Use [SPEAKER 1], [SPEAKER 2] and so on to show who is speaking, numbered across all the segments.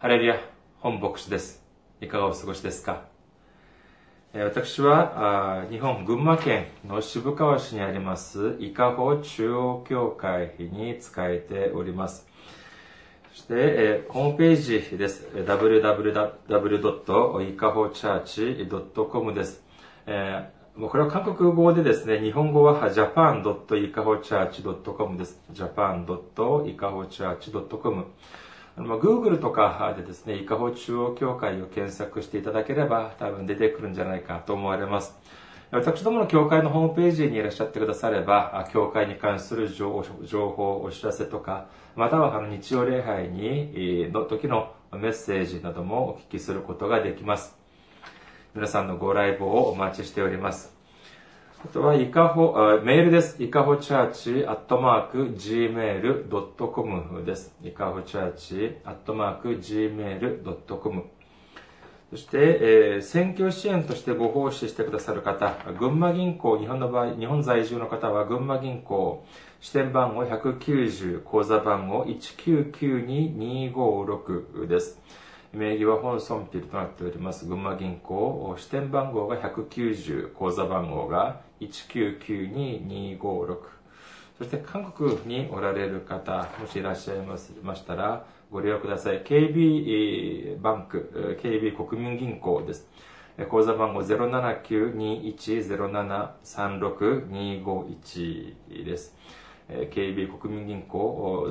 [SPEAKER 1] ハレルヤ、本牧師です。いかがお過ごしですか？私は日本群馬県の渋川市にあります伊香保中央教会に仕えております。そして、ホームページです。www.ikahochurch.com です。これは韓国語でですね、日本語は japan.ikahochurch.com です。japan.ikahochurch.com Google とかでですね、伊香保中央教会を検索していただければ多分出てくるんじゃないかと思われます。私どもの教会のホームページにいらっしゃってくだされば、教会に関する情報、お知らせとか、または日曜礼拝の時のメッセージなどもお聞きすることができます。皆さんのご来訪をお待ちしております。あとはメールです。いかほチャーチ@gmail.com です。いかほチャーチ@gmail.com そして、選挙支援としてご奉仕してくださる方、群馬銀行、日本在住の方は群馬銀行、支店番号190、口座番号1992256です。名義は本損ピルとなっております。群馬銀行、支店番号が190、口座番号が1992256。そして韓国におられる方、もしいらっしゃいましたら、ご利用ください。KB バンク、KB 国民銀行です。口座番号 079-2107-36251 です。KB 国民銀行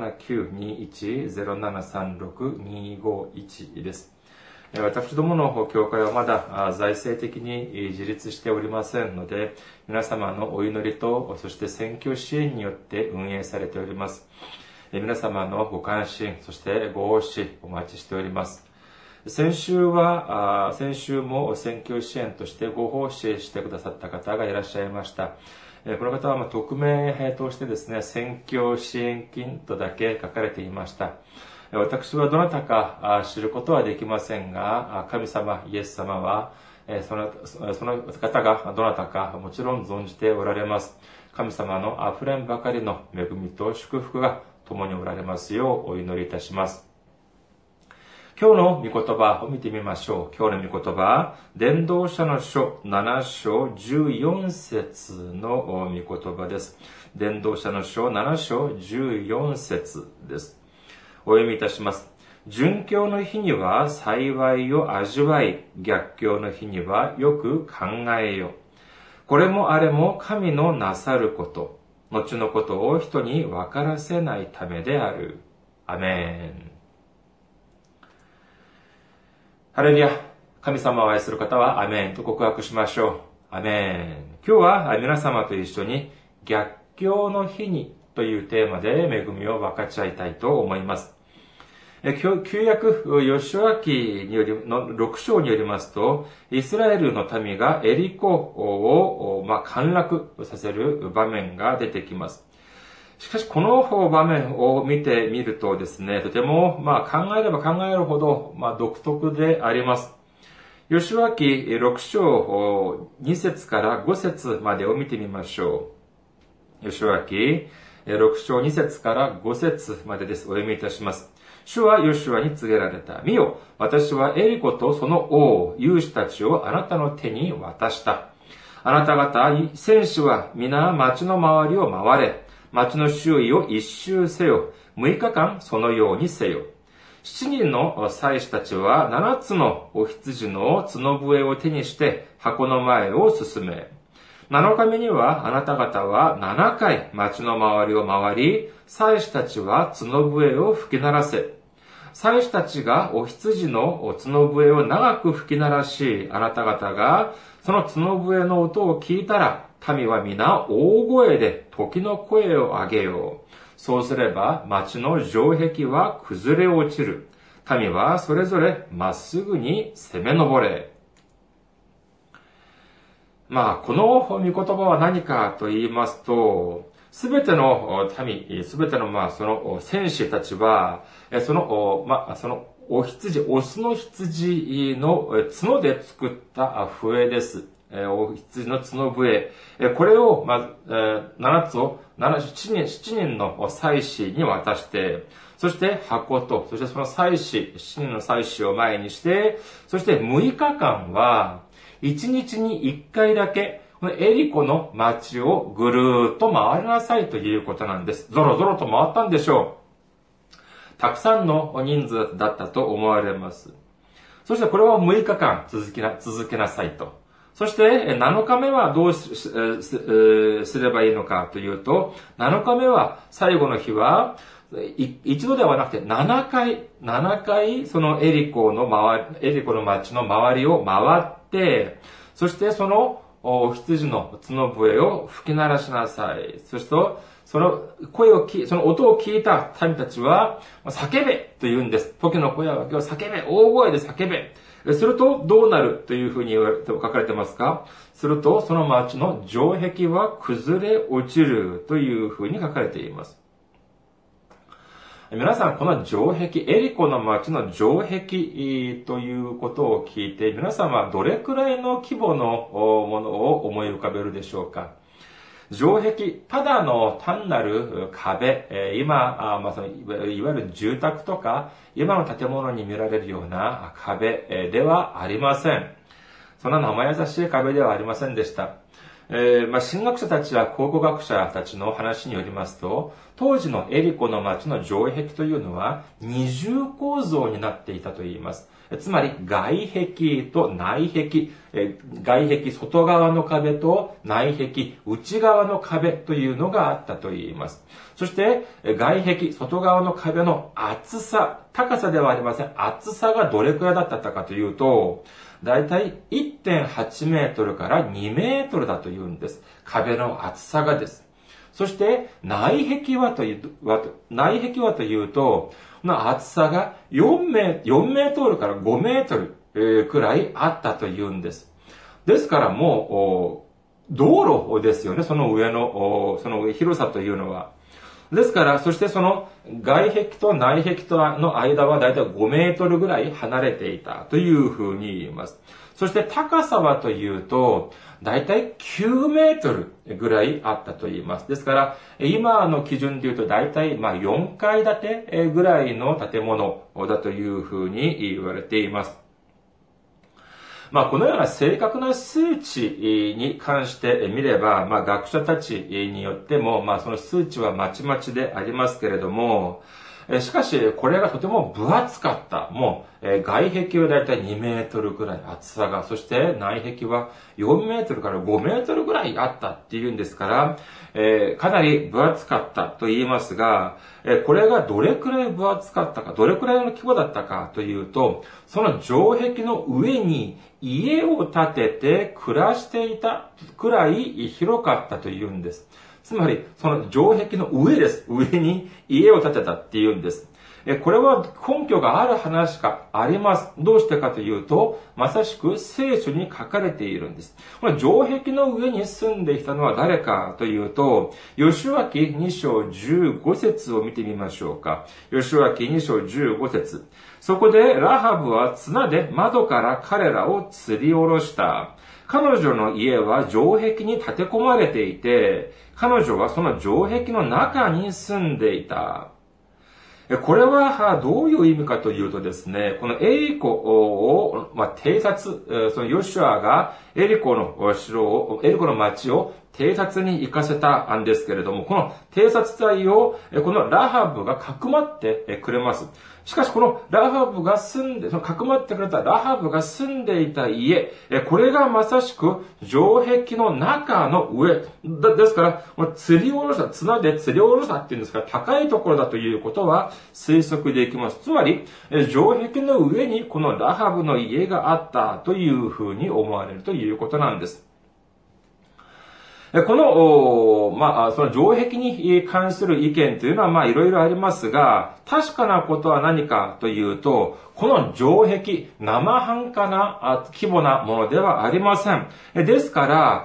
[SPEAKER 1] 079-2107-36251 です。私どもの教会はまだ財政的に自立しておりませんので、皆様のお祈りと、そして選挙支援によって運営されております。皆様のご関心、そしてご奉仕お待ちしております。先週も選挙支援としてご奉仕してくださった方がいらっしゃいました。この方は匿名としてですね、選挙支援金とだけ書かれていました。私はどなたか知ることはできませんが、神様、イエス様は、その方がどなたかもちろん存じておられます。神様のあふれんばかりの恵みと祝福が共におられますようお祈りいたします。今日の御言葉を見てみましょう。今日の御言葉、伝道者の書7章14節の御言葉です。伝道者の書7章14節です。お読みいたします。殉教の日には幸いを味わい、逆境の日にはよく考えよ。これもあれも神のなさること、後のことを人に分からせないためである。アメン。ハレルヤ、神様を愛する方はアメンと告白しましょう。アメン。今日は皆様と一緒に逆境の日にというテーマで恵みを分かち合いたいと思います。旧約ヨシュア記の6章によりますと、イスラエルの民がエリコを陥落させる場面が出てきます。しかしこの場面を見てみるとですね、とても考えれば考えるほど独特であります。ヨシュア記6章2節から5節までを見てみましょう。ヨシュア記6章2節から5節までです。お読みいたします。主はヨシュアに告げられた。見よ、私はエリコとその王、勇士たちをあなたの手に渡した。あなた方、戦士は皆町の周りを回れ。町の周囲を一周せよ。6日間そのようにせよ。7人の祭司たちは7つのお羊の角笛を手にして箱の前を進め。7日目にはあなた方は7回町の周りを回り、祭司たちは角笛を吹き鳴らせ。祭司たちがお羊の角笛を長く吹き鳴らし、あなた方がその角笛の音を聞いたら、民は皆大声で時の声を上げよう。そうすれば町の城壁は崩れ落ちる。民はそれぞれまっすぐに攻め上れ。この御言葉は何かと言いますと、すべての民、すべてのその戦士たちは、そのお羊、オスの羊の角で作った笛です。お羊の角笛。これを、7人の祭司に渡して、 そして箱と、そしてその祭司、七人の祭司を前にして、そして6日間は、1日に1回だけ、このエリコの町をぐるーっと回りなさいということなんです。ゾロゾロと回ったんでしょう。たくさんの人数だったと思われます。そしてこれを6日間続けなさいと。そして7日目はどうすればいいのかというと、7日目は最後の日は、一度ではなくて7回そのエリコの町の周りを回って、そしてその羊の角笛を吹き鳴らしなさい。そして、その音を聞いた民たちは、叫べと言うんです。時の声を叫べ、大声で叫べ。すると、どうなるというふうに書かれてますか？すると、その町の城壁は崩れ落ちるというふうに書かれています。皆さん、この城壁、エリコの町の城壁ということを聞いて、皆さんはどれくらいの規模のものを思い浮かべるでしょうか？城壁、ただの単なる壁、いわゆる住宅とか、今の建物に見られるような壁ではありません。そんな生優しい壁ではありませんでした。神学者たちや考古学者たちの話によりますと、当時のエリコの町の城壁というのは二重構造になっていたといいます。つまり外壁と内壁、外壁外側の壁と内壁内側の壁というのがあったといいます。そして外壁外側の壁の厚さ、高さではありません。厚さがどれくらいだったかというと、だいたい 1.8 メートルから2メートルだというんです。壁の厚さがです。そして内壁はというと、の厚さが4メートルから5メートルくらいあったというんです。ですからもう、道路ですよね、その上広さというのは。ですから、そしてその外壁と内壁との間はだいたい5メートルぐらい離れていたというふうに言います。そして高さはというと、だいたい9メートルぐらいあったと言います。ですから、今の基準で言うとだいたい4階建てぐらいの建物だというふうに言われています。このような正確な数値に関して見れば、学者たちによっても、その数値はまちまちでありますけれども、しかし、これがとても分厚かった。もう、外壁はだいたい2メートルくらい厚さが、そして内壁は4メートルから5メートルぐらいあったっていうんですから、かなり分厚かったと言いますが、これがどれくらい分厚かったか、どれくらいの規模だったかというと、その城壁の上に家を建てて暮らしていたくらい広かったというんです。つまり、その城壁の上です。上に家を建てたっていうんです。これは根拠がある話があります。どうしてかというと、まさしく聖書に書かれているんです。この城壁の上に住んでいたのは誰かというと、ヨシュア記2章15節を見てみましょうか。ヨシュア記2章15節。そこでラハブは綱で窓から彼らを吊り下ろした。彼女の家は城壁に立て込まれていて、彼女はその城壁の中に住んでいた。これはどういう意味かというとですね、このエリコを偵察、そのヨシュアがエリコの町を偵察に行かせたんですけれども、この偵察隊をこのラハブがかくまってくれます。しかしこのかくまってくれたラハブが住んでいた家、これがまさしく城壁の中の上。ですから、綱で吊り下ろしたっていうんですから、高いところだということは推測できます。つまり、城壁の上にこのラハブの家があったというふうに思われるということなんです。この、その城壁に関する意見というのは、いろいろありますが、確かなことは何かというと、この城壁、生半可な規模なものではありません。ですから、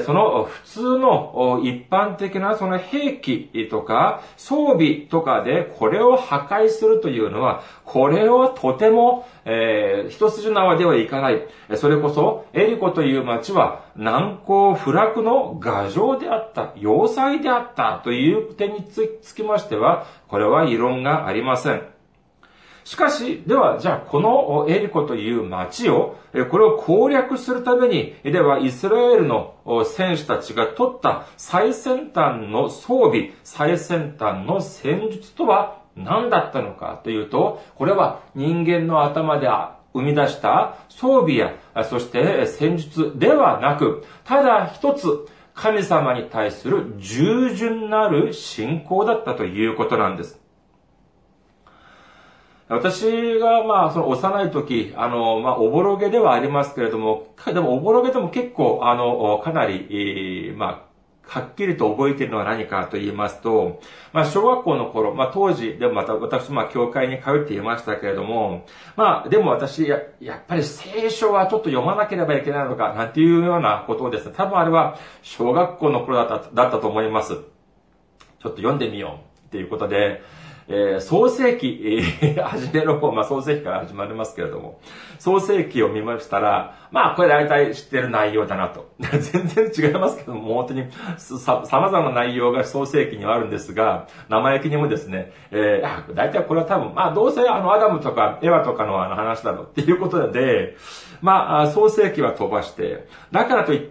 [SPEAKER 1] その普通の一般的なその兵器とか装備とかでこれを破壊するというのは、これをとても、一筋縄ではいかない。それこそ、エリコという町は難攻不落の牙城であった、要塞であったという点につきましては、これは異論がありません。しかし、では、じゃあ、このエリコという町を、これを攻略するために、では、イスラエルの戦士たちが取った最先端の装備、最先端の戦術とは何だったのかというと、これは人間の頭で生み出した装備や、そして戦術ではなく、ただ一つ、神様に対する従順なる信仰だったということなんです。私が、その幼い時、おぼろげではありますけれども、でもおぼろげでも結構、かなり、はっきりと覚えているのは何かと言いますと、小学校の頃、当時、でもまた私、教会に通っていましたけれども、でも私、やっぱり聖書はちょっと読まなければいけないのか、なんていうようなことをですね、多分あれは小学校の頃だったと思います。ちょっと読んでみようっていうことで、創世記、始めの方、創世記から始まりますけれども、創世記を見ましたら、これ大体知ってる内容だなと。全然違いますけども、本当に様々な内容が創世記にはあるんですが、生意気にもですね、大体これは多分、どうせアダムとかエワとかの話だろうっていうことで、創世記は飛ばして、だからといって、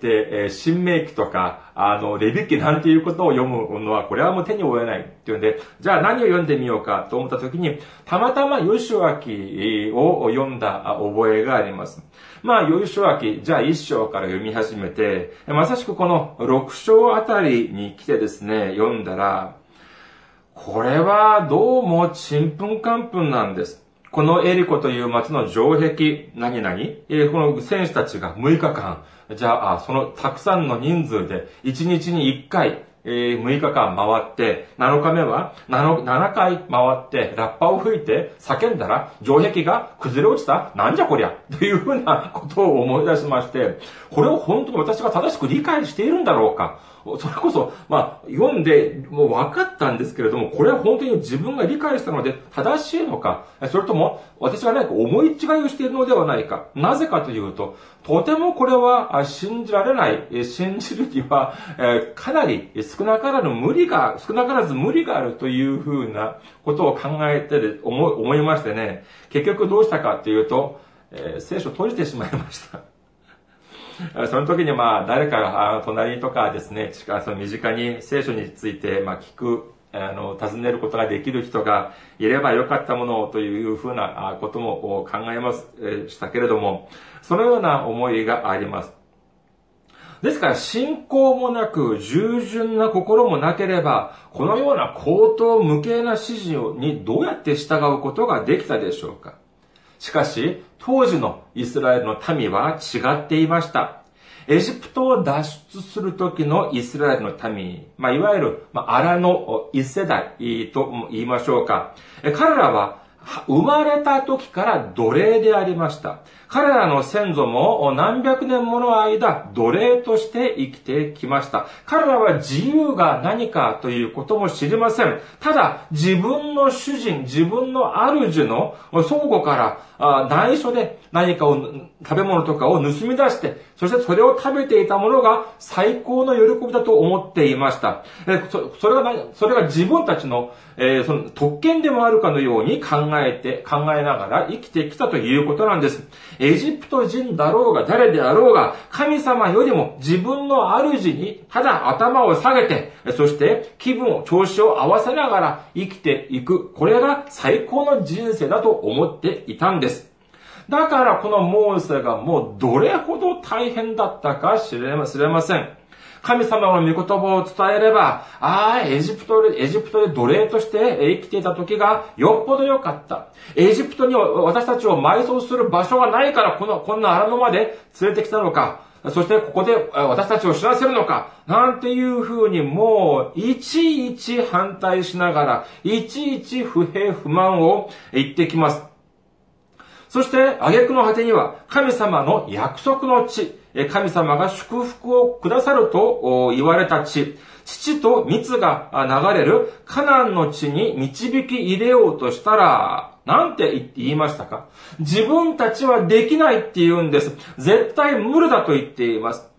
[SPEAKER 1] 新明記とか、レビ記なんていうことを読むのは、これはもう手に負えないっていうんで、じゃあ何を読んでみようかと思ったときに、たまたまヨシュア記を読んだ覚えがあります。ヨシュア記、じゃあ1章から読み始めて、まさしくこの6章あたりに来てですね、読んだら、これはどうもちんぷんかんぷんなんです。このエリコという町の城壁、この戦士たちが6日間、じゃあ、そのたくさんの人数で1日に1回、6日間回って、7日目は7回回って、ラッパを吹いて叫んだら、城壁が崩れ落ちたなんじゃこりゃというふうなことを思い出しまして、これを本当に私が正しく理解しているんだろうか。それこそ、読んで、もう分かったんですけれども、これは本当に自分が理解したので正しいのか、それとも私が何か思い違いをしているのではないか。なぜかというと、とてもこれは信じられない、信じるには、かなり少なからず無理があるというふうなことを考えて思いましてね、結局どうしたかというと、聖書を閉じてしまいました。その時に誰かが隣とかですね、その身近に聖書について聞く、尋ねることができる人がいればよかったものをというふうなことも考えしたけれども、そのような思いがあります。ですから信仰もなく従順な心もなければ、このような荒唐無稽な指示にどうやって従うことができたでしょうか。しかし、当時のイスラエルの民は違っていました。エジプトを脱出する時のイスラエルの民、いわゆる、アラの一世代と言いましょうか。彼らは生まれた時から奴隷でありました。彼らの先祖も何百年もの間奴隷として生きてきました。彼らは自由が何かということも知りません。ただ自分の主人、自分の主の倉庫から内緒で何かを食べ物とかを盗み出して、そしてそれを食べていたものが最高の喜びだと思っていました。それが自分たちの、その特権でもあるかのように考えながら生きてきたということなんです。エジプト人だろうが誰であろうが、神様よりも自分の主にただ頭を下げて、そして調子を合わせながら生きていく。これが最高の人生だと思っていたんです。だからこのモーセがもうどれほど大変だったか知れません。神様の御言葉を伝えれば、エジプトで奴隷として生きていた時がよっぽど良かった。エジプトに私たちを埋葬する場所がないからこんな荒野まで連れてきたのか。そしてここで私たちを死なせるのか。なんていう風にもういちいち反対しながら、いちいち不平不満を言ってきます。そして、挙句の果てには、神様の約束の地、神様が祝福をくださると言われた地、乳と蜜が流れるカナンの地に導き入れようとしたら、なんて言いましたか？自分たちはできないって言うんです。絶対無理だと言っています。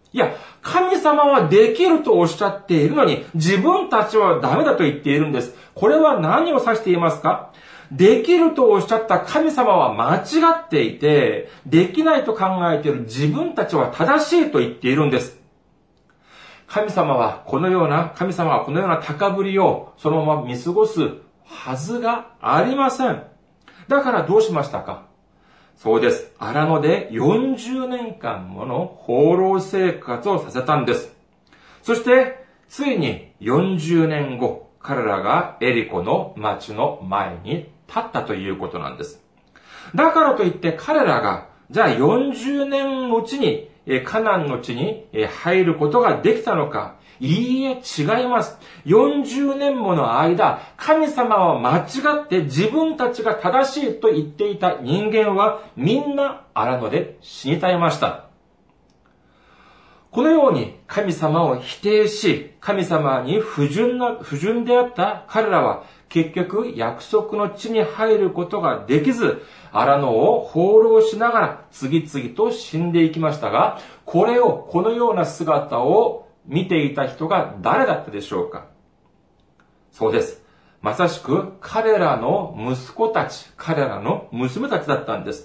[SPEAKER 1] いや、神様はできるとおっしゃっているのに、自分たちはダメだと言っているんです。これは何を指していますか？できるとおっしゃった神様は間違っていて、できないと考えている自分たちは正しいと言っているんです。神様はこのような高ぶりをそのまま見過ごすはずがありません。だからどうしましたか？そうです。荒野で40年間もの放浪生活をさせたんです。そして、ついに40年後、彼らがエリコの町の前に立ったということなんです。だからといって彼らが、じゃあ40年のうちに、カナンの地に入ることができたのか？いいえ、違います。40年もの間、神様は間違って自分たちが正しいと言っていた人間はみんな荒野で死に絶えました。このように神様を否定し、神様に不純であった彼らは結局約束の地に入ることができず、荒野を放浪しながら次々と死んでいきましたが、このような姿を見ていた人が誰だったでしょうか？そうです。まさしく彼らの息子たち、彼らの娘たちだったんです。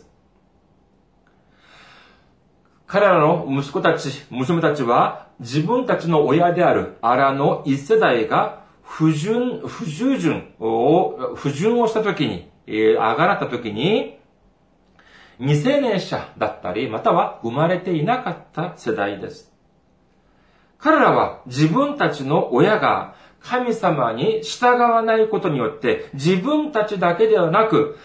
[SPEAKER 1] 彼らの息子たち、娘たちは自分たちの親である荒野一世代が不純をしたときに、あがなったときに、未成年者だったり、または生まれていなかった世代です。彼らは自分たちの親が神様に従わないことによって、自分たちだけではなく、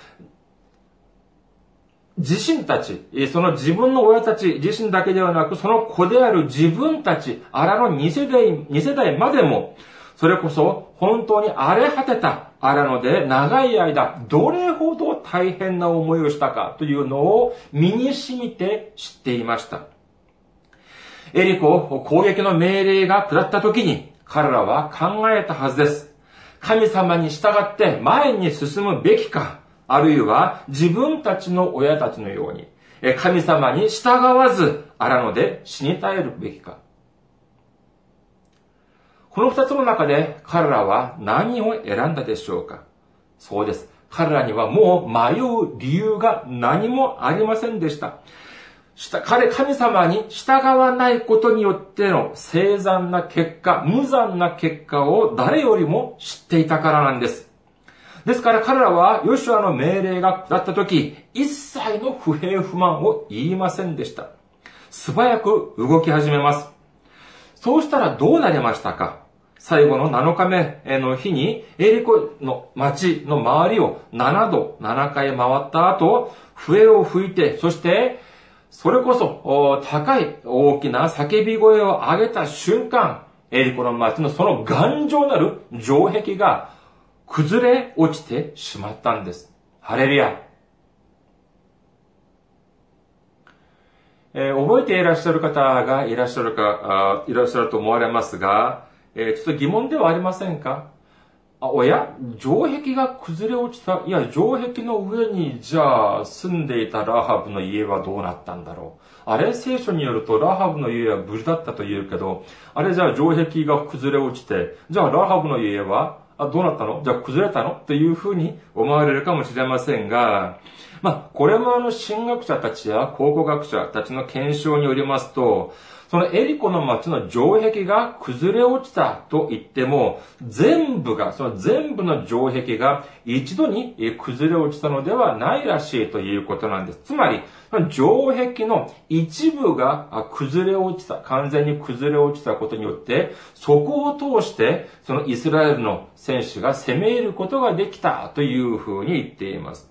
[SPEAKER 1] その自分の親たち自身だけではなく、その子である自分たち、荒の2世代までも、それこそ本当に荒れ果てた荒野で長い間、どれほど大変な思いをしたかというのを身に染みて知っていました。エリコ攻撃の命令が下った時に、彼らは考えたはずです。神様に従って前に進むべきか、あるいは自分たちの親たちのように、神様に従わず荒野で死に絶えるべきか。この二つの中で彼らは何を選んだでしょうか？そうです。彼らにはもう迷う理由が何もありませんでした。神様に従わないことによっての無残な結果を誰よりも知っていたからなんです。ですから彼らはヨシュアの命令が下った時、一切の不平不満を言いませんでした。素早く動き始めます。そうしたらどうなりましたか？最後の7日目の日にエリコの町の周りを7回回った後、笛を吹いて、そしてそれこそ大きな叫び声を上げた瞬間、エリコの町のその頑丈なる城壁が崩れ落ちてしまったんです。ハレルヤ。覚えていらっしゃる方がいらっしゃると思われますが、ちょっと疑問ではありませんか？城壁が崩れ落ちた。いや、城壁の上に、じゃあ、住んでいたラハブの家はどうなったんだろう。あれ、聖書によると、ラハブの家は無事だったと言うけど、あれじゃあ、城壁が崩れ落ちて、じゃあ、ラハブの家は、どうなったの？じゃあ、崩れたの？というふうに思われるかもしれませんが、これも神学者たちや考古学者たちの検証によりますと、そのエリコの町の城壁が崩れ落ちたと言っても、全部の城壁が一度に崩れ落ちたのではないらしいということなんです。つまり、城壁の一部が完全に崩れ落ちたことによって、そこを通して、そのイスラエルの戦士が攻め入ることができたというふうに言っています。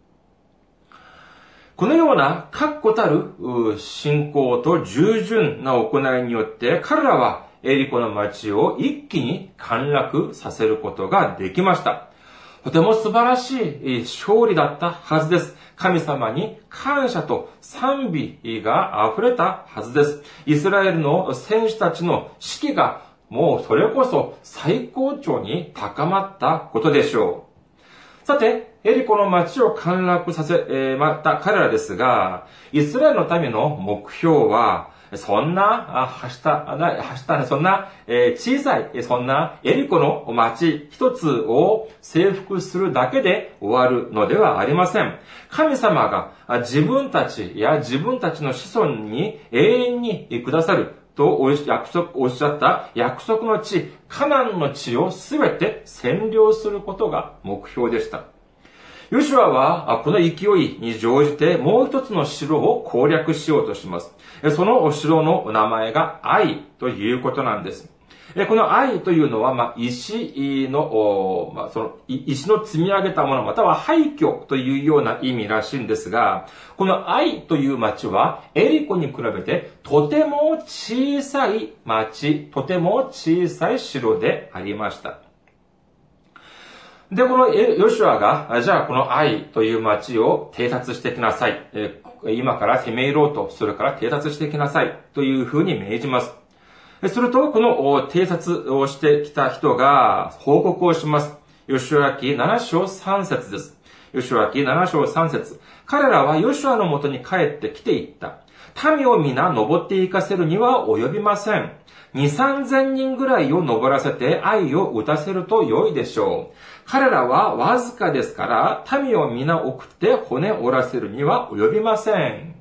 [SPEAKER 1] このような確固たる信仰と従順な行いによって彼らはエリコの町を一気に陥落させることができました。とても素晴らしい勝利だったはずです。神様に感謝と賛美が溢れたはずです。イスラエルの戦士たちの士気がもうそれこそ最高潮に高まったことでしょう。さて、エリコの町を陥落させた彼らですが、イスラエルの民の目標は、 そんな、そんな、小さい、そんなエリコの町一つを征服するだけで終わるのではありません。神様が自分たちや自分たちの子孫に永遠にくださるとおっしゃった約束の地、カナンの地をすべて占領することが目標でした。ヨシュアはこの勢いに乗じてもう一つの城を攻略しようとします。そのお城の名前がアイということなんです。このアイというのは、石の積み上げたもの、または廃墟というような意味らしいんですが、このアイという町はエリコに比べてとても小さい町、とても小さい城でありました。で、このヨシュアが、じゃあこのアイという町を偵察してきなさい。今から攻め入ろうとするから偵察してきなさい。というふうに命じます。すると、この偵察をしてきた人が報告をします。ヨシュア記7章3節です。ヨシュア記7章3節。彼らはヨシュアのもとに帰ってきていった。民を皆登って行かせるには及びません。2、3000人ぐらいを登らせて愛を打たせると良いでしょう。彼らはわずかですから、民を皆送って骨折らせるには及びません。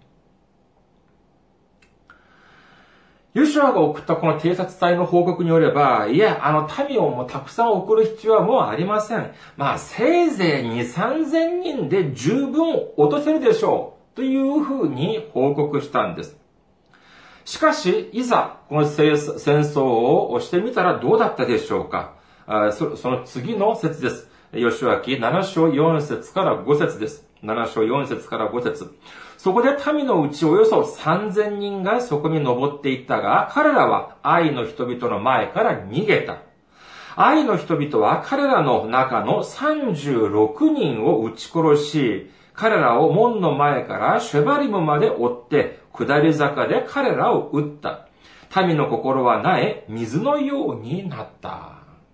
[SPEAKER 1] ヨシュアが送ったこの偵察隊の報告によれば、いや、民をもうたくさん送る必要はもうありません。せいぜい2、3000人で十分落とせるでしょう。というふうに報告したんです。しかし、いざ、この戦争をしてみたらどうだったでしょうか。その次の節です。ヨシュア記7章4節から5節です。7章4節から5節。そこで民のうちおよそ3000人がそこに登っていったが、彼らはアイの人々の前から逃げた。アイの人々は彼らの中の36人を撃ち殺し、彼らを門の前からシェバリムまで追って、下り坂で彼らを撃った。民の心はなえ、水のようになった。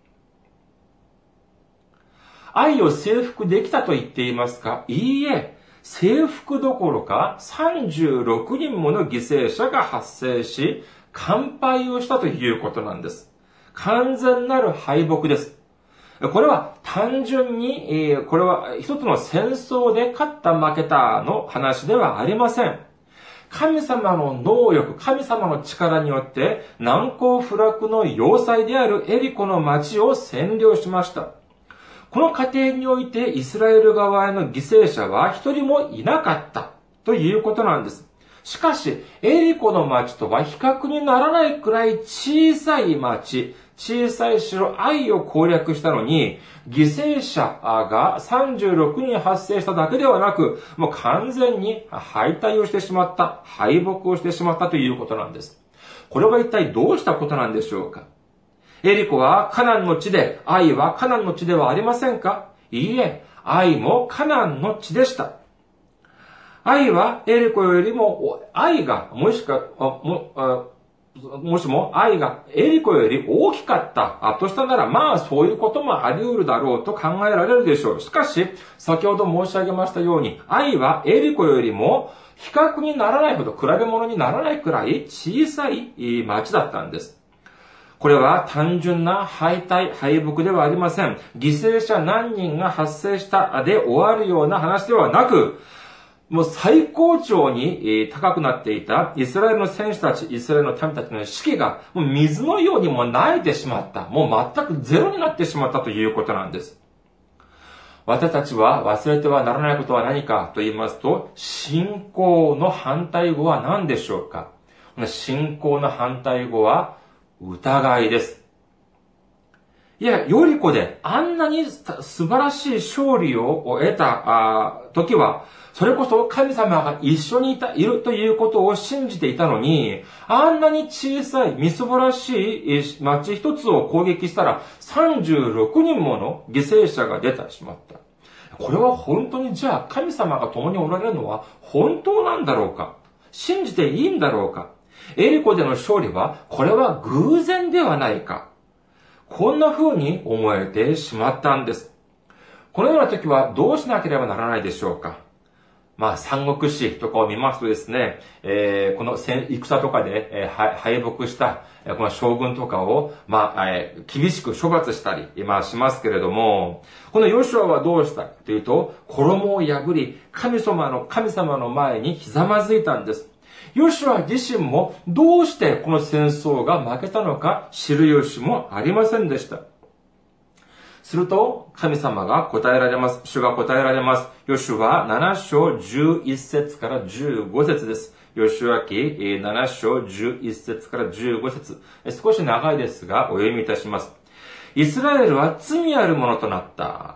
[SPEAKER 1] 愛を征服できたと言っていますか？いいえ、征服どころか36人もの犠牲者が発生し、完敗をしたということなんです。完全なる敗北です。これは単純に、これは一つの戦争で勝った負けたの話ではありません。神様の能力、神様の力によって難攻不落の要塞であるエリコの町を占領しました。この過程においてイスラエル側への犠牲者は一人もいなかったということなんです。しかし、エリコの町とは比較にならないくらい小さい町、小さい城アイを攻略したのに、犠牲者が36人発生しただけではなく、もう完全に敗退をしてしまった、敗北をしてしまったということなんです。これは一体どうしたことなんでしょうか？エリコはカナンの地で、アイはカナンの地ではありませんか？いいえ、アイもカナンの地でした。アイはエリコよりも、もしも愛がエリコより大きかったとしたなら、そういうこともあり得るだろうと考えられるでしょう。しかし、先ほど申し上げましたように、愛はエリコよりも比較にならないほど、比べ物にならないくらい小さい町だったんです。これは単純な敗北ではありません。犠牲者何人が発生したで終わるような話ではなく、もう最高潮に高くなっていたイスラエルの戦士たち、イスラエルの民たちの士気がもう水のようにもう萎えてしまった。もう全くゼロになってしまったということなんです。私たちは忘れてはならないことは何かと言いますと、信仰の反対語は何でしょうか？この信仰の反対語は疑いです。いや、ヨリコであんなに素晴らしい勝利を得た時は、それこそ神様が一緒にいるということを信じていたのに、あんなに小さい、みすぼらしい町一つを攻撃したら36人もの犠牲者が出てしまった。これは本当にじゃあ神様が共におられるのは本当なんだろうか？信じていいんだろうか？エリコでの勝利はこれは偶然ではないか？こんな風に思えてしまったんです。このような時はどうしなければならないでしょうか？ 三国志とかを見ますとですね、この戦とかで、敗北した、この将軍とかを、厳しく処罰したり、しますけれども、このヨシュアはどうしたというと、衣を破り、神様の前にひざまずいたんです。ヨシュア自身もどうしてこの戦争が負けたのか知る由もありませんでした。すると、神様が答えられます。主が答えられます。ヨシュア7章11節から15節です。ヨシュア記7章11節から15節。少し長いですが、お読みいたします。イスラエルは罪あるものとなった。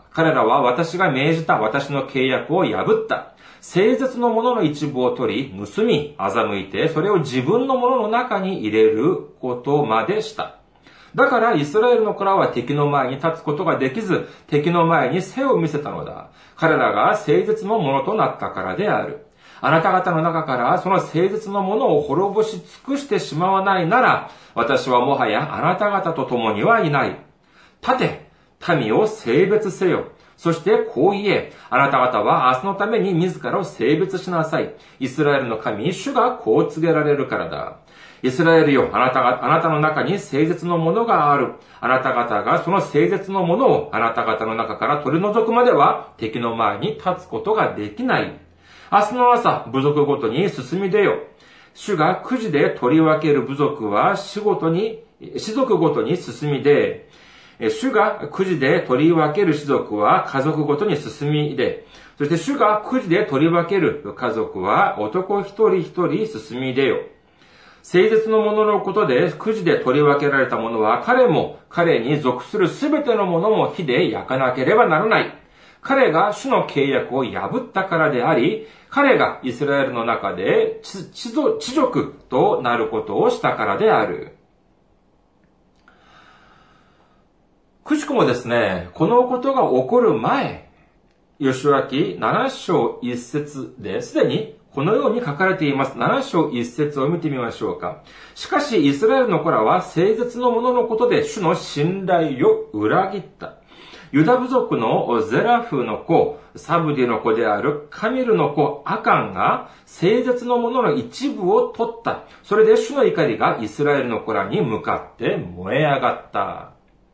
[SPEAKER 1] 彼らは私が命じた私の契約を破った。聖絶のものの一部を取り、盗み、欺いて、それを自分のものの中に入れることまでした。だからイスラエルの子らは敵の前に立つことができず、敵の前に背を見せたのだ。彼らが聖絶のものとなったからである。あなた方の中からその聖絶のものを滅ぼし尽くしてしまわないなら、私はもはやあなた方と共にはいない。立て、民を性別せよ。そしてこう言え、あなた方は明日のために自らを性別しなさい。イスラエルの神、主がこう告げられるからだ。イスラエルよ、あなたの中に聖絶のものがある。あなた方がその聖絶のものをあなた方の中から取り除くまでは敵の前に立つことができない。明日の朝、部族ごとに進み出よ。主がくじで取り分ける部族は氏族ごとに進み出。主がくじで取り分ける氏族は家族ごとに進み出。そして主がくじで取り分ける家族は男一人一人進み出よ。聖絶のもののことでくじで取り分けられたものは彼も彼に属するすべてのものも火で焼かなければならない。彼が主の契約を破ったからであり、彼がイスラエルの中で地族となることをしたからである。くしくもですね、このことが起こる前、ヨシュア記7章1節ですでにこのように書かれています。7章1節を見てみましょうか。しかし、イスラエルの子らは聖絶のもののことで主の信頼を裏切った。ユダ部族のゼラフの子、サブディの子であるカミルの子アカンが聖絶のものの一部を取った。それで主の怒りがイスラエルの子らに向かって燃え上がった。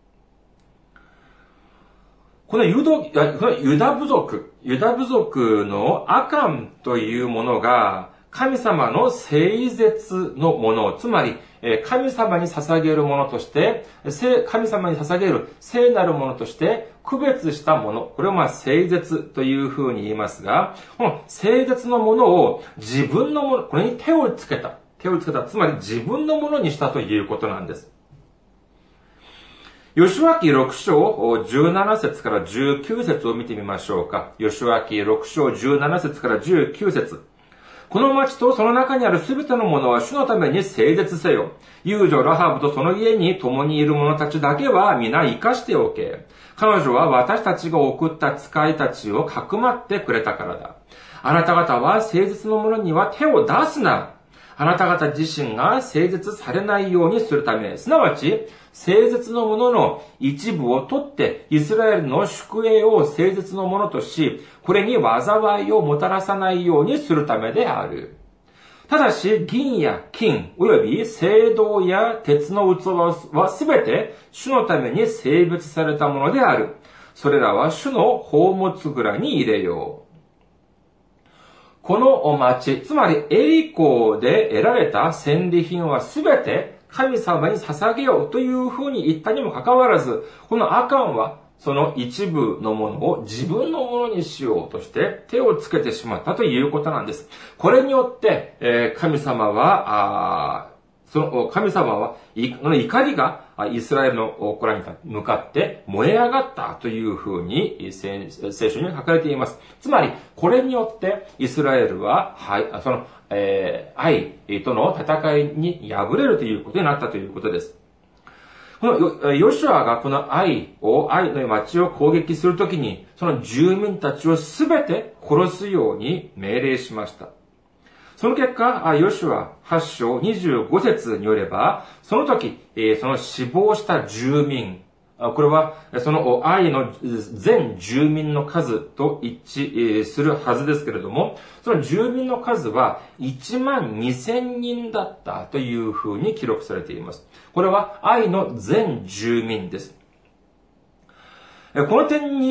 [SPEAKER 1] このユダ部族のアカンというものが神様の聖絶のもの、つまり神様に捧げるものとして、神様に捧げる聖なるものとして区別したもの、これを聖絶というふうに言いますが、この聖絶のものを自分のもの、これに手をつけた、つまり自分のものにしたということなんです。ヨシュア記6章17節から19節を見てみましょうか。ヨシュア記6章17節から19節。この町とその中にあるすべてのものは主のために聖絶せよ。遊女ラハブとその家に共にいる者たちだけは皆生かしておけ。彼女は私たちが送った使いたちをかくまってくれたからだ。あなた方は聖絶のものには手を出すな。あなた方自身が聖絶されないようにするため、すなわち、聖絶のものの一部を取って、イスラエルの宿営を聖絶のものとし、これに災いをもたらさないようにするためである。ただし、銀や金、および青銅や鉄の器はすべて主のために性別されたものである。それらは主の宝物蔵に入れよう。この町、つまりエリコで得られた戦利品はすべて神様に捧げようというふうに言ったにもかかわらず、このアカンはその一部のものを自分のものにしようとして手をつけてしまったということなんです。これによって、神様は、この怒りがイスラエルの子らに向かって燃え上がったというふうに聖書に書かれています。つまり、これによってイスラエルは、愛との戦いに敗れるということになったということです。このヨシュアがこの愛の町を攻撃するときに、その住民たちをすべて殺すように命令しました。その結果、ヨシュア8章25節によれば、その時、その死亡した住民これは、その愛の全住民の数と一致するはずですけれども、その住民の数は1万2000人だったというふうに記録されています。これは愛の全住民です。この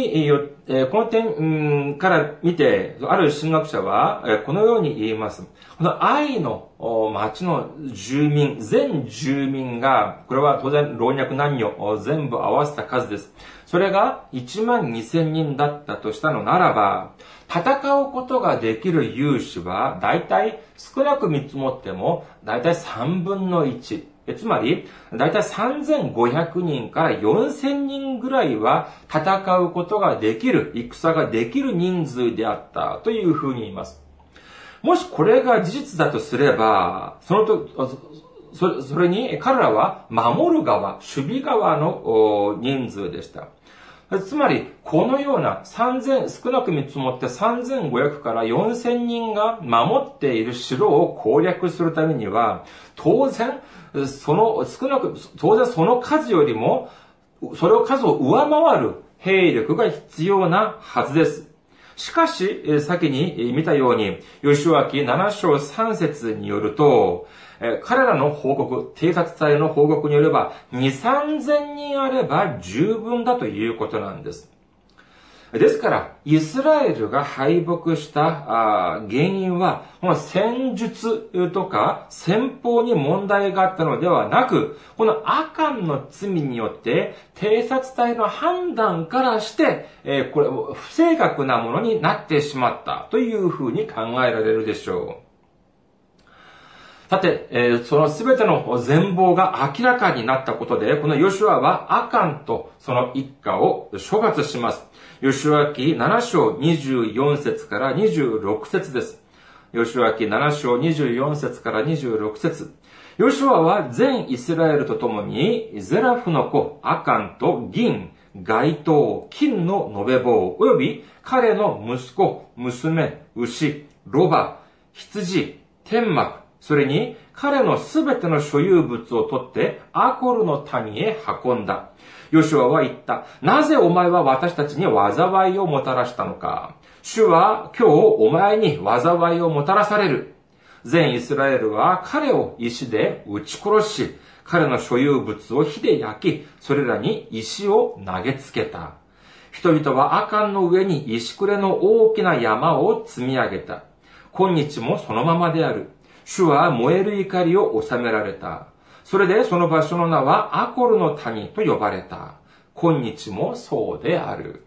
[SPEAKER 1] 点から見て、ある神学者は、このように言います。この愛の町の住民、全住民が、これは当然老若男女全部合わせた数です。それが1万2000人だったとしたのならば、戦うことができる勇士は、だいたい少なく見積もっても、だいたい3分の1。つまり、だいたい3500人から4000人ぐらいは戦うことができる、戦ができる人数であったというふうに言います。もしこれが事実だとすれば、それに彼らは守る側、守備側の人数でした。つまり、このような少なく見積もって3500から4000人が守っている城を攻略するためには、当然その数よりも、それを数を上回る兵力が必要なはずです。しかし、先に見たように、ヨシュア記7章3節によると、彼らの報告、偵察隊の報告によれば、2、3000人あれば十分だということなんです。ですから、イスラエルが敗北した原因は、この戦術とか戦法に問題があったのではなく、このアカンの罪によって、偵察隊の判断からして、これ、不正確なものになってしまったというふうに考えられるでしょう。さて、そのすべての全貌が明らかになったことで、このヨシュアはアカンとその一家を処罰します。ヨシュア記7章24節から26節です。ヨシュア記7章24節から26節。ヨシュアは全イスラエルと共に、ゼラフの子アカンと銀、街灯、金の延べ棒、および彼の息子、娘、牛、ロバ、羊、天幕、それに彼のすべての所有物を取ってアコルの谷へ運んだ。ヨシュアは言った。なぜお前は私たちに災いをもたらしたのか。主は今日お前に災いをもたらされる。全イスラエルは彼を石で撃ち殺し、彼の所有物を火で焼き、それらに石を投げつけた。人々はアカンの上に石くれの大きな山を積み上げた。今日もそのままである。主は燃える怒りを収められた。それでその場所の名はアコルの谷と呼ばれた。今日もそうである。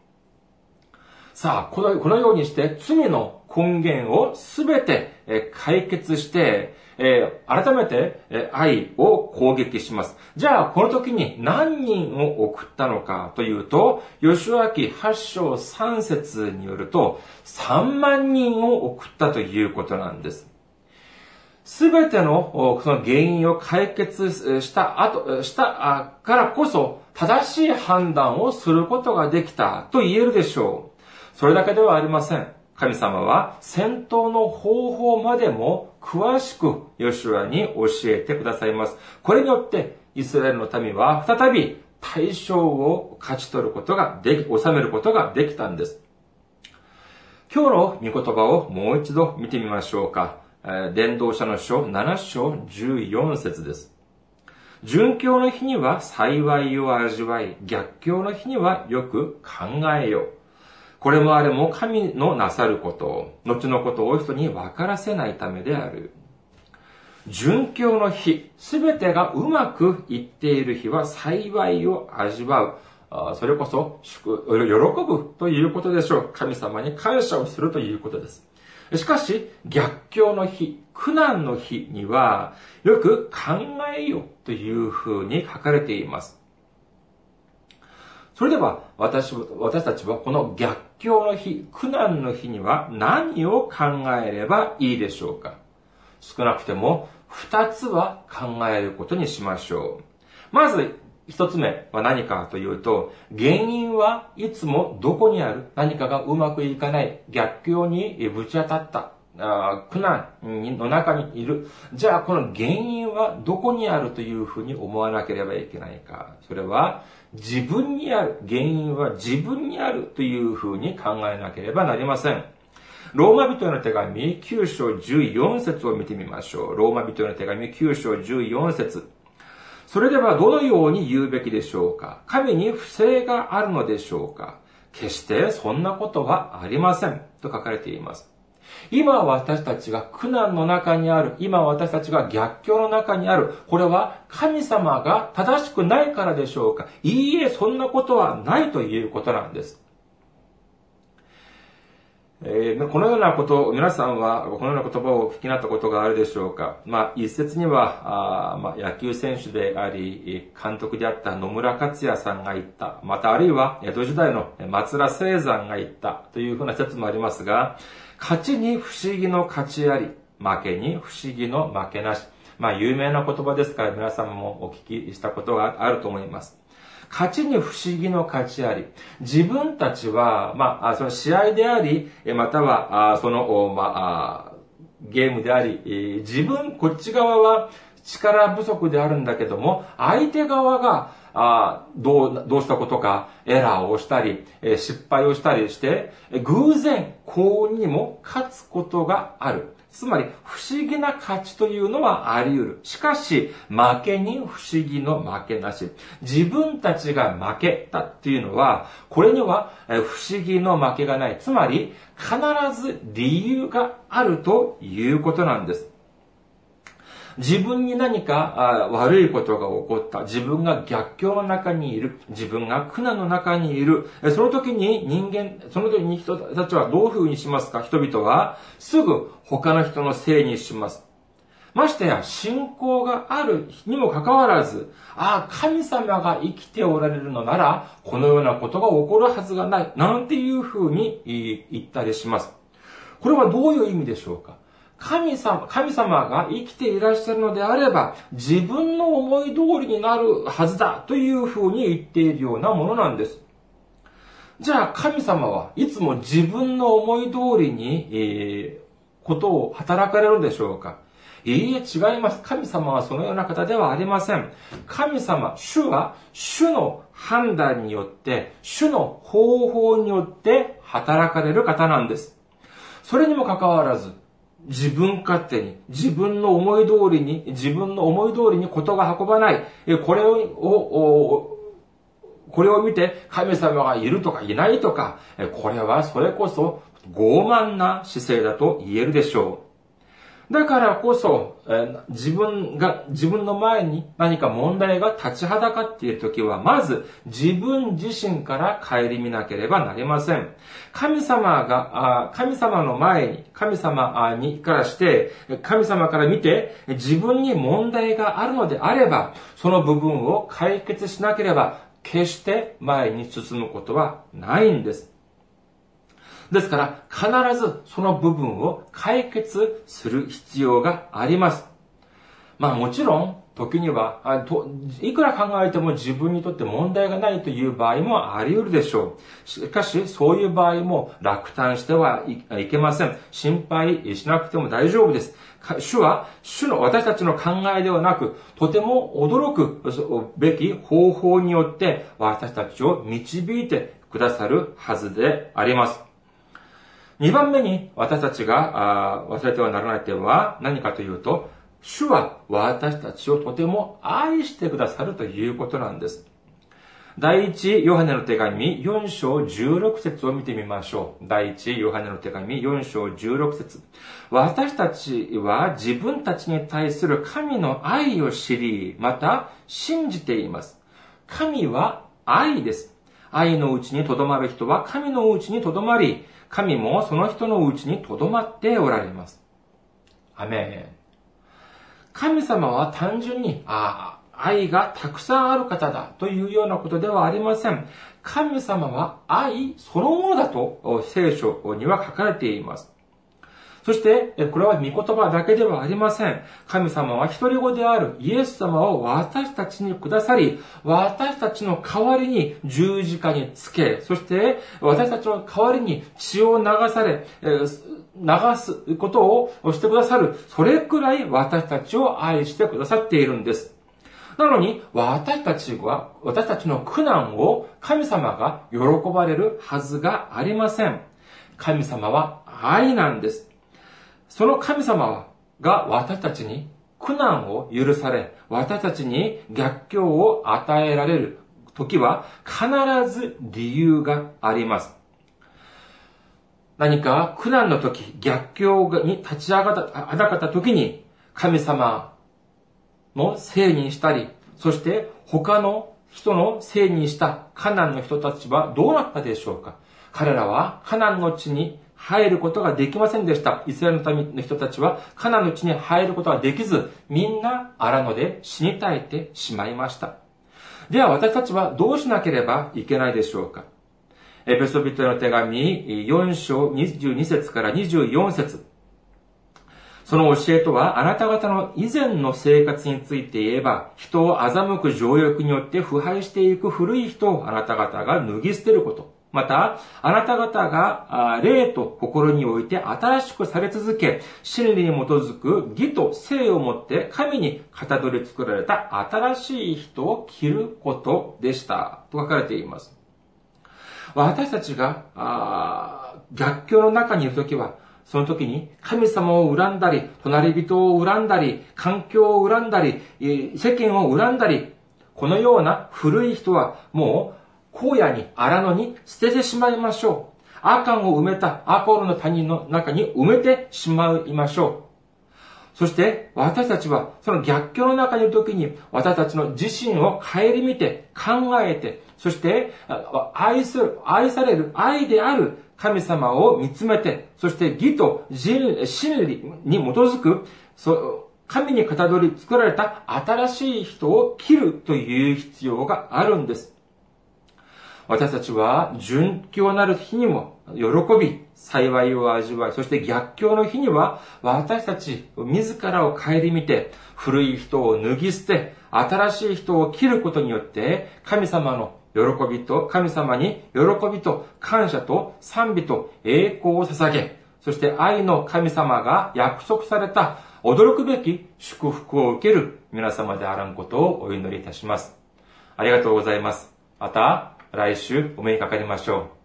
[SPEAKER 1] さあ、このようにして罪の根源をすべて解決して、改めて愛を攻撃します。じゃあ、この時に何人を送ったのかというと、ヨシュア記8章3節によると、3万人を送ったということなんです。すべてのその原因を解決したからこそ正しい判断をすることができたと言えるでしょう。それだけではありません。神様は戦闘の方法までも詳しくヨシュアに教えてくださいます。これによってイスラエルの民は再び大勝を勝ち取ることが収めることができたんです。今日の御言葉をもう一度見てみましょうか。伝道者の書7章14節です。殉教の日には幸いを味わい、逆境の日にはよく考えよ。これもあれも神のなさることを、後のことを人に分からせないためである。殉教の日、すべてがうまくいっている日は幸いを味わう。それこそ喜ぶということでしょう。神様に感謝をするということです。しかし、逆境の日、苦難の日には、よく考えよというふうに書かれています。それでは、私たちはこの逆境の日、苦難の日には何を考えればいいでしょうか。少なくても、2つは考えることにしましょう。まず、一つ目は何かというと、原因はいつもどこにある？何かがうまくいかない、逆境にぶち当たった。 苦難の中にいる。じゃあ、この原因はどこにあるというふうに思わなければいけないか。それは、自分にある。原因は自分にあるというふうに考えなければなりません。ローマ人への手紙9章14節を見てみましょう。ローマ人への手紙9章14節。それではどのように言うべきでしょうか。神に不正があるのでしょうか。決してそんなことはありません。と書かれています。今私たちが苦難の中にある。今私たちが逆境の中にある。これは神様が正しくないからでしょうか。いいえ、そんなことはないということなんです。このようなこと、皆さんはこのような言葉を聞きになったことがあるでしょうか。一説には、野球選手であり、監督であった野村克也さんが言った。またあるいは、江戸時代の松田聖山が言ったというふうな説もありますが、勝ちに不思議の勝ちあり、負けに不思議の負けなし。有名な言葉ですから皆様もお聞きしたことがあると思います。勝ちに不思議の勝ちあり。自分たちは、その試合であり、または、ゲームであり、こっち側は力不足であるんだけども、相手側が、どうしたことか、エラーをしたり、失敗をしたりして、偶然、幸運にも勝つことがある。つまり、不思議な勝ちというのはあり得る。しかし、負けに不思議の負けなし。自分たちが負けたっていうのは、これには不思議の負けがない。つまり、必ず理由があるということなんです。自分に何か悪いことが起こった。自分が逆境の中にいる。自分が苦難の中にいる。その時に人たちはどういうふうにしますか？人々はすぐ他の人のせいにします。ましてや信仰があるにもかかわらず、神様が生きておられるのなら、このようなことが起こるはずがない。なんていうふうに言ったりします。これはどういう意味でしょうか？神様が生きていらっしゃるのであれば、自分の思い通りになるはずだというふうに言っているようなものなんです。じゃあ神様はいつも自分の思い通りに、ことを働かれるんでしょうか？いいえ、違います。神様はそのような方ではありません。神様、主は、主の判断によって、主の方法によって働かれる方なんです。それにもかかわらず、自分勝手に、自分の思い通りにことが運ばない。これを見て神様がいるとかいないとか、これはそれこそ傲慢な姿勢だと言えるでしょう。だからこそ、自分の前に何か問題が立ちはだかっているときは、まず自分自身から顧みなければなりません。神様の前に、神様から見て、自分に問題があるのであれば、その部分を解決しなければ、決して前に進むことはないんです。ですから、必ずその部分を解決する必要があります。もちろん、時には、いくら考えても自分にとって問題がないという場合もあり得るでしょう。しかし、そういう場合も落胆してはいけません。心配しなくても大丈夫です。主は、私たちの考えではなく、とても驚くべき方法によって私たちを導いてくださるはずであります。2番目に私たちが忘れてはならない点は何かというと、主は私たちをとても愛してくださるということなんです。第一ヨハネの手紙4章16節を見てみましょう。第一ヨハネの手紙4章16節。私たちは自分たちに対する神の愛を知り、また信じています。神は愛です。愛のうちにとどまる人は神のうちにとどまり、神もその人のうちにとどまっておられます。アメン。神様は単純に、愛がたくさんある方だというようなことではありません。神様は愛そのものだと聖書には書かれています。 そして、これは御言葉だけではありません。神様は一人子であるイエス様を私たちにくださり、私たちの代わりに十字架につけ、そして私たちの代わりに血を流すことをしてくださる。それくらい私たちを愛してくださっているんです。なのに、私たちの苦難を神様が喜ばれるはずがありません。神様は愛なんです。その神様が私たちに苦難を許され、私たちに逆境を与えられる時は必ず理由があります。何か苦難の時、逆境に立ち上がった時に神様のせいにしたり、そして他の人のせいにしたカナンの人たちはどうなったでしょうか。彼らはカナンの地に入ることができませんでした。イスラエルの民の人たちはカナンの地に入ることができず、みんな荒野で死に絶えてしまいました。では私たちはどうしなければいけないでしょうか。エペソビトへの手紙4章22節から24節。その教えとは、あなた方の以前の生活について言えば、人を欺く情欲によって腐敗していく古い人をあなた方が脱ぎ捨てること。また、あなた方が霊と心において新しくされ続け、真理に基づく義と誠をもって神にかたどり作られた新しい人を着ることでした。と書かれています。私たちが逆境の中にいるときは、その時に神様を恨んだり、隣人を恨んだり、環境を恨んだり、世間を恨んだり、このような古い人はもう荒野に荒野に捨ててしまいましょう。アカンを埋めたアコールの谷の中に埋めてしまいましょう。そして私たちはその逆境の中にいる時に私たちの自身を顧みて考えて、そして愛される愛である神様を見つめて、そして義と真理に基づく神にかたどり作られた新しい人を切るという必要があるんです。私たちは順境なる日にも喜び、幸いを味わい、そして逆境の日には私たち自らを顧みて、古い人を脱ぎ捨て、新しい人を切ることによって、神様の喜びと、神様に喜びと感謝と賛美と栄光を捧げ、そして愛の神様が約束された驚くべき祝福を受ける皆様であらんことをお祈りいたします。ありがとうございます。また来週お目にかかりましょう。